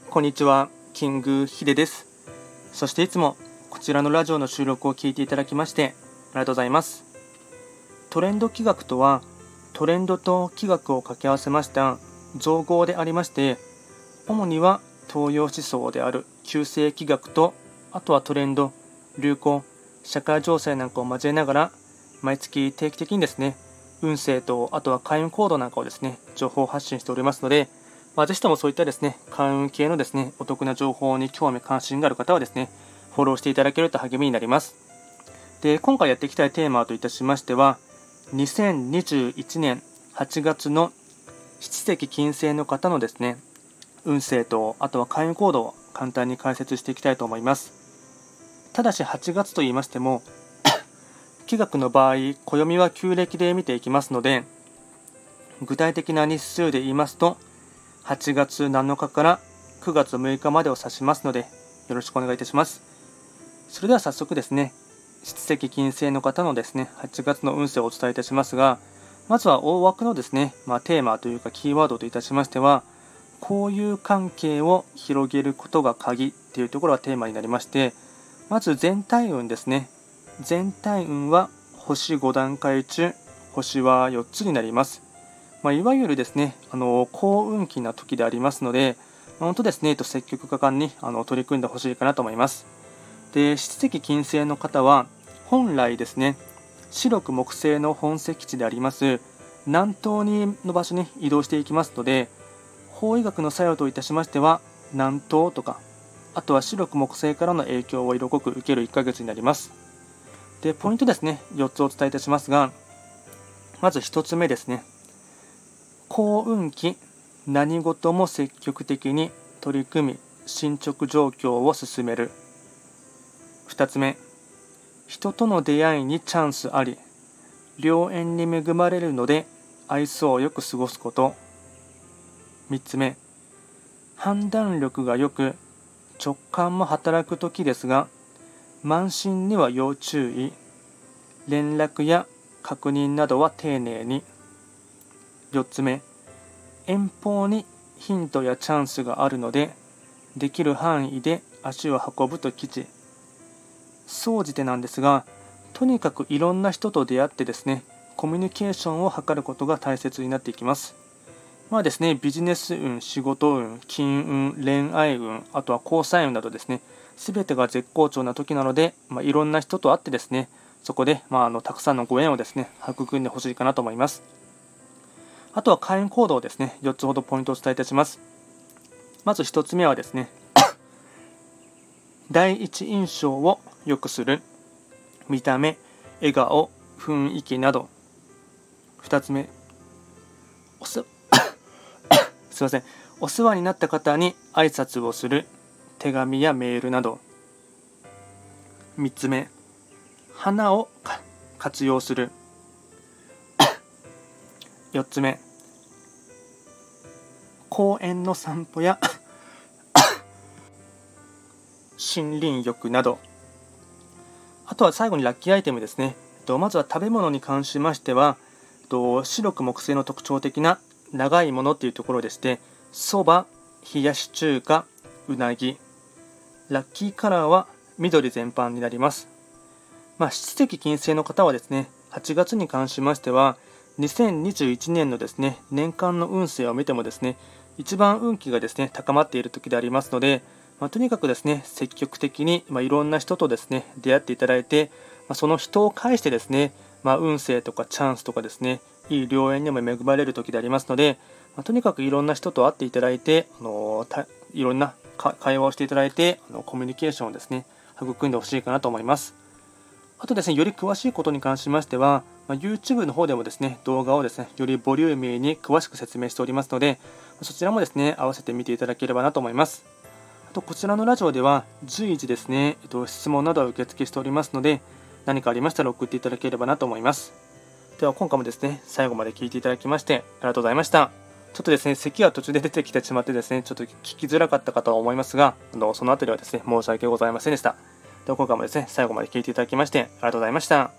こんにちは、キングヒデです。そしていつもこちらのラジオの収録を聞いていただきましてありがとうございます。トレンド企画とは、トレンドと企画を掛け合わせました造語でありまして、主には東洋思想である旧世企画と、あとはトレンド、流行、社会情勢なんかを交えながら、毎月定期的にですね、運勢とあとは開運行動なんかをですね、情報発信しておりますので、ぜひともそういったですね、開運系のですね、お得な情報に興味関心がある方はですね、フォローしていただけると励みになります。で、今回やっていきたいテーマといたしましては、2021年8月の七石金星の方のですね、運勢とあとは開運行動を簡単に解説していきたいと思います。ただし8月と言いましても気学の場合、暦は旧暦で見ていきますので、具体的な日数で言いますと8月7日から9月6日までを指しますので、よろしくお願いいたします。それでは早速ですね、七石金星の方のですね、8月の運勢をお伝えいたしますが、まずは大枠のですね、テーマというかキーワードといたしましては、交友関係を広げることが鍵というところがテーマになりまして、まず全体運ですね。全体運は星5段階中、星は4つになります。いわゆるですね、幸運期な時でありますので、本当ですね、積極果敢に取り組んでほしいかなと思います。で、七石金星の方は、本来ですね、白く木星の本石地であります南東の場所に移動していきますので、方位学の作用といたしましては、南東とか、あとは白く木星からの影響を色濃く受ける1ヶ月になります。で、ポイントですね、4つお伝えいたしますが、まず1つ目ですね。幸運期、何事も積極的に取り組み、進捗状況を進める。2つ目、人との出会いにチャンスあり、良縁に恵まれるので愛想よく過ごすこと。3つ目、判断力がよく、直感も働く時ですが、慢心には要注意。連絡や確認などは丁寧に。4つ目、遠方にヒントやチャンスがあるので、できる範囲で足を運ぶと吉。総じてなんですが、とにかくいろんな人と出会ってですね、コミュニケーションを図ることが大切になっていきます。ですね、ビジネス運、仕事運、金運、恋愛運、あとは交際運などですね、すべてが絶好調な時なので、いろんな人と会ってですね、そこで、たくさんのご縁をですね、育んでほしいかなと思います。あとは開運行動ですね、4つほどポイントをお伝えいたします。まず1つ目はですね、第一印象を良くする。見た目、笑顔、雰囲気など。2つ目、すいません。お世話になった方に挨拶をする。手紙やメールなど。3つ目、花を活用する。4つ目、公園の散歩や森林浴など。あとは最後にラッキーアイテムですね。まずは食べ物に関しましては、白く木星の特徴的な長いものというところでして、そば、冷やし中華、うなぎ。ラッキーカラーは緑全般になります。七石金星の方はですね、8月に関しましては、2021年のですね、年間の運勢を見てもですね、一番運気がですね、高まっている時でありますので、とにかくですね、積極的にいろんな人とですね、出会っていただいて、その人を介してですね、運勢とかチャンスとかですね、いい良縁にも恵まれる時でありますので、とにかくいろんな人と会っていただいて、いろんな会話をしていただいて、コミュニケーションをですね、育んでほしいかなと思います。あとですね、より詳しいことに関しましては、YouTube の方でもですね、動画をですね、よりボリューミーに詳しく説明しておりますので、そちらもですね、合わせて見ていただければなと思います。あと、こちらのラジオでは随時ですね、質問などを受付しておりますので、何かありましたら送っていただければなと思います。では今回もですね、最後まで聞いていただきましてありがとうございました。ちょっとですね、咳が途中で出てきてしまってですね、ちょっと聞きづらかったかとは思いますが、そのあたりはですね、申し訳ございませんでした。では今回もですね、最後まで聞いていただきましてありがとうございました。